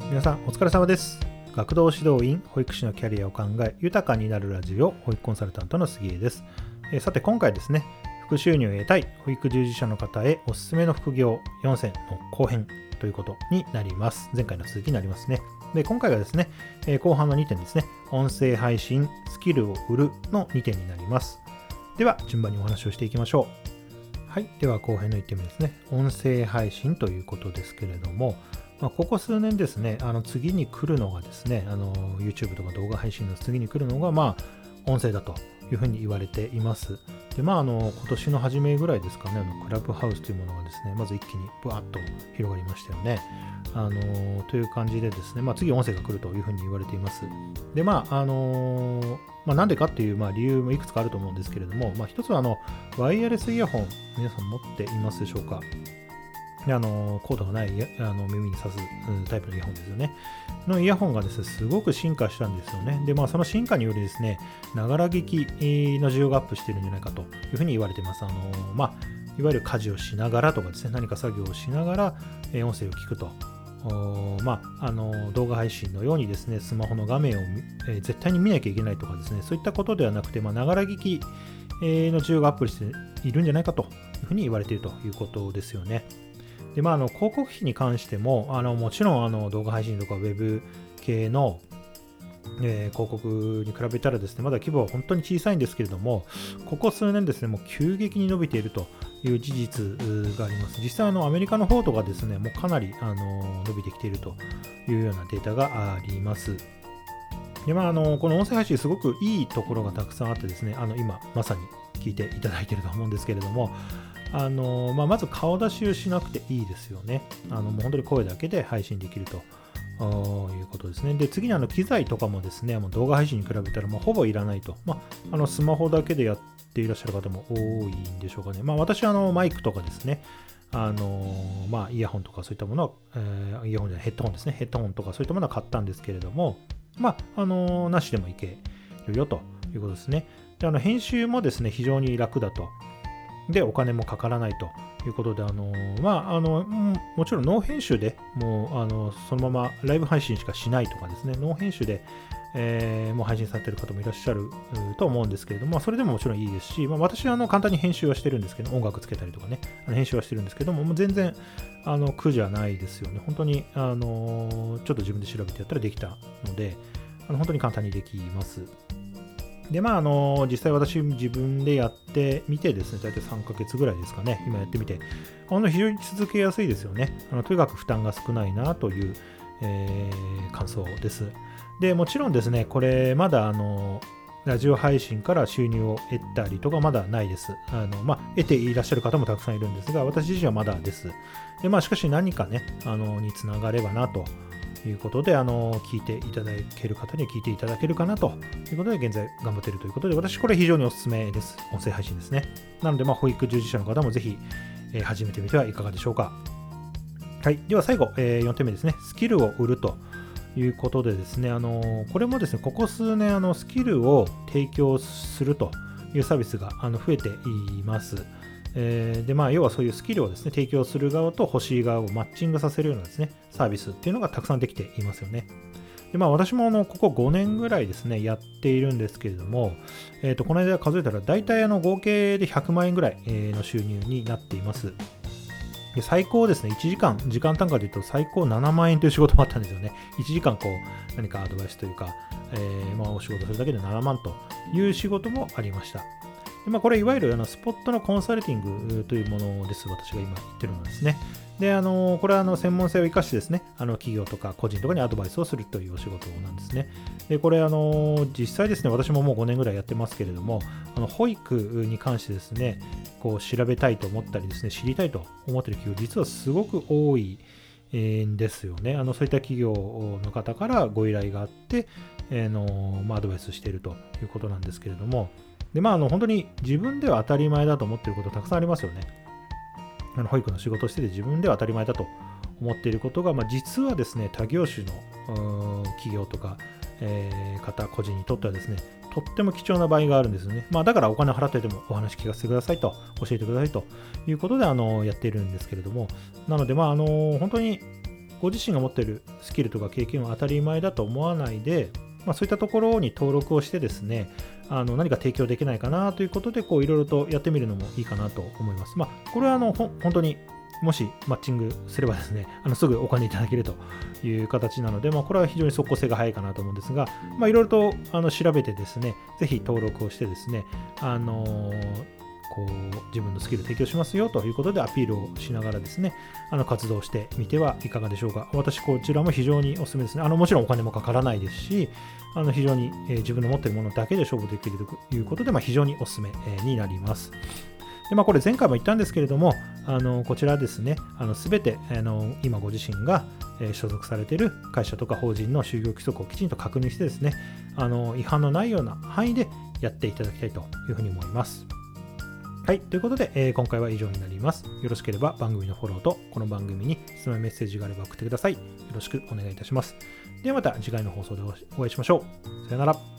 皆さんお疲れ様です。学童指導員、保育士のキャリアを考え豊かになるラジオ、保育コンサルタントの杉江です。さて今回ですね、副収入を得たい保育従事者の方へおすすめの副業4選の後編ということになります。前回の続きになりますね。で今回はですね、後半の2点ですね、音声配信、スキルを売るの2点になります。では順番にお話をしていきましょう。はい、では後編の1点目ですね、音声配信ということですけれども、ここ数年ですね、次に来るのがですね、YouTube とか動画配信の次に来るのが、音声だというふうに言われています。で、今年の初めぐらいですかね、クラブハウスというものがですね、まず一気にブワッと広がりましたよね。という感じでですね、次音声が来るというふうに言われています。で、なんでかっていう理由もいくつかあると思うんですけれども、一つはワイヤレスイヤホン、皆さん持っていますでしょうか。コードがない耳に挿すタイプのイヤホンですよね。のイヤホンがですね、すごく進化したんですよね。で、その進化によりですね、ながら聞きの需要がアップしているんじゃないかというふうに言われています。いわゆる家事をしながらとかですね、何か作業をしながら音声を聞くと。動画配信のようにですね、スマホの画面を絶対に見なきゃいけないとかですね、そういったことではなくて、ながら聞きの需要がアップしているんじゃないかというふうに言われているということですよね。で、広告費に関しても、もちろん動画配信とかウェブ系の、広告に比べたらですね、まだ規模は本当に小さいんですけれども、ここ数年ですね、もう急激に伸びているという事実があります。実際アメリカの方とかですね、もうかなり伸びてきているというようなデータがあります。で、この音声配信すごくいいところがたくさんあってですね、今まさに聞いていただいていると思うんですけれども、まず顔出しをしなくていいですよね。もう本当に声だけで配信できるということですね。で、次に機材とかもですね、動画配信に比べたらほぼいらないと。スマホだけでやっていらっしゃる方も多いんでしょうかね。私はマイクとかですね、イヤホンとかそういったものを、イヤホンじゃない、ヘッドホンですね。ヘッドホンとかそういったものは買ったんですけれども、なしでもいけるよということですね。で、編集もですね、非常に楽だと。で、お金もかからないということで、もちろんノー編集でもうそのままライブ配信しかしないとかですね、ノー編集で、もう配信されている方もいらっしゃると思うんですけれども、それでももちろんいいですし、私は簡単に編集はしてるんですけど、音楽つけたりとかね、編集はしてるんですけども、もう全然苦じゃないですよね。本当にちょっと自分で調べてやったらできたので、本当に簡単にできます。で、実際私自分でやってみてですね、大体3ヶ月ぐらいですかね、今やってみて、非常に続けやすいですよね。とにかく負担が少ないなという、感想です。で、もちろんですね、これまだラジオ配信から収入を得たりとかまだないです。得ていらっしゃる方もたくさんいるんですが、私自身はまだです。で、しかし何かね、につながればなということで、聞いていただける方には聞いていただけるかなということで、現在頑張っているということで、私これ非常におすすめです。音声配信ですね。なので、保育従事者の方もぜひ、始めてみてはいかがでしょうか。はい。では最後、4点目ですね。スキルを売るということでですね、これもですね、ここ数年、スキルを提供するというサービスが増えています。で、要はそういうスキルをですね、提供する側と欲しい側をマッチングさせるようなですね、サービスっていうのがたくさんできていますよね。で、私もここ5年ぐらいですね、やっているんですけれども、この間数えたら大体合計で100万円ぐらいの収入になっています。で、最高ですね、時間単価で言うと最高7万円という仕事もあったんですよね。1時間何かアドバイスというか、お仕事するだけで7万という仕事もありました。で、これいわゆるスポットのコンサルティングというものです。私が今言ってるのはですね。で、これは専門性を生かしてですね、企業とか個人とかにアドバイスをするというお仕事なんですね。で、これ実際ですね、私ももう5年ぐらいやってますけれども、保育に関してですね、調べたいと思ったりですね、知りたいと思っている企業、実はすごく多いんですよね。そういった企業の方からご依頼があって、アドバイスしているということなんですけれども、で、本当に自分では当たり前だと思っていることたくさんありますよね。保育の仕事をしてて自分では当たり前だと思っていることが、実はですね、他業種の企業とか、方、個人にとってはですね、とっても貴重な場合があるんですよね。だからお金払ってでもお話聞かせてくださいと、教えてくださいということでやっているんですけれども、なので、本当にご自身が持っているスキルとか経験は当たり前だと思わないで、そういったところに登録をしてですね、何か提供できないかなということで、いろいろとやってみるのもいいかなと思います。これは本当にもしマッチングすればですね、すぐお金いただけるという形なので、これは非常に即効性が早いかなと思うんですが、いろいろと調べてですね、ぜひ登録をしてですね、自分のスキル提供しますよということでアピールをしながらですね、活動してみてはいかがでしょうか。私こちらも非常におすすめですね。もちろんお金もかからないですし、非常に、自分の持っているものだけで勝負できるということで、非常におすすめ、になります。でこれ前回も言ったんですけれども、こちらですね、すべて今ご自身が所属されている会社とか法人の就業規則をきちんと確認してですね、違反のないような範囲でやっていただきたいというふうに思います。はい、ということで、今回は以上になります。よろしければ番組のフォローとこの番組に質問やメッセージがあれば送ってください。よろしくお願いいたします。ではまた次回の放送でお会いしましょう。さよなら。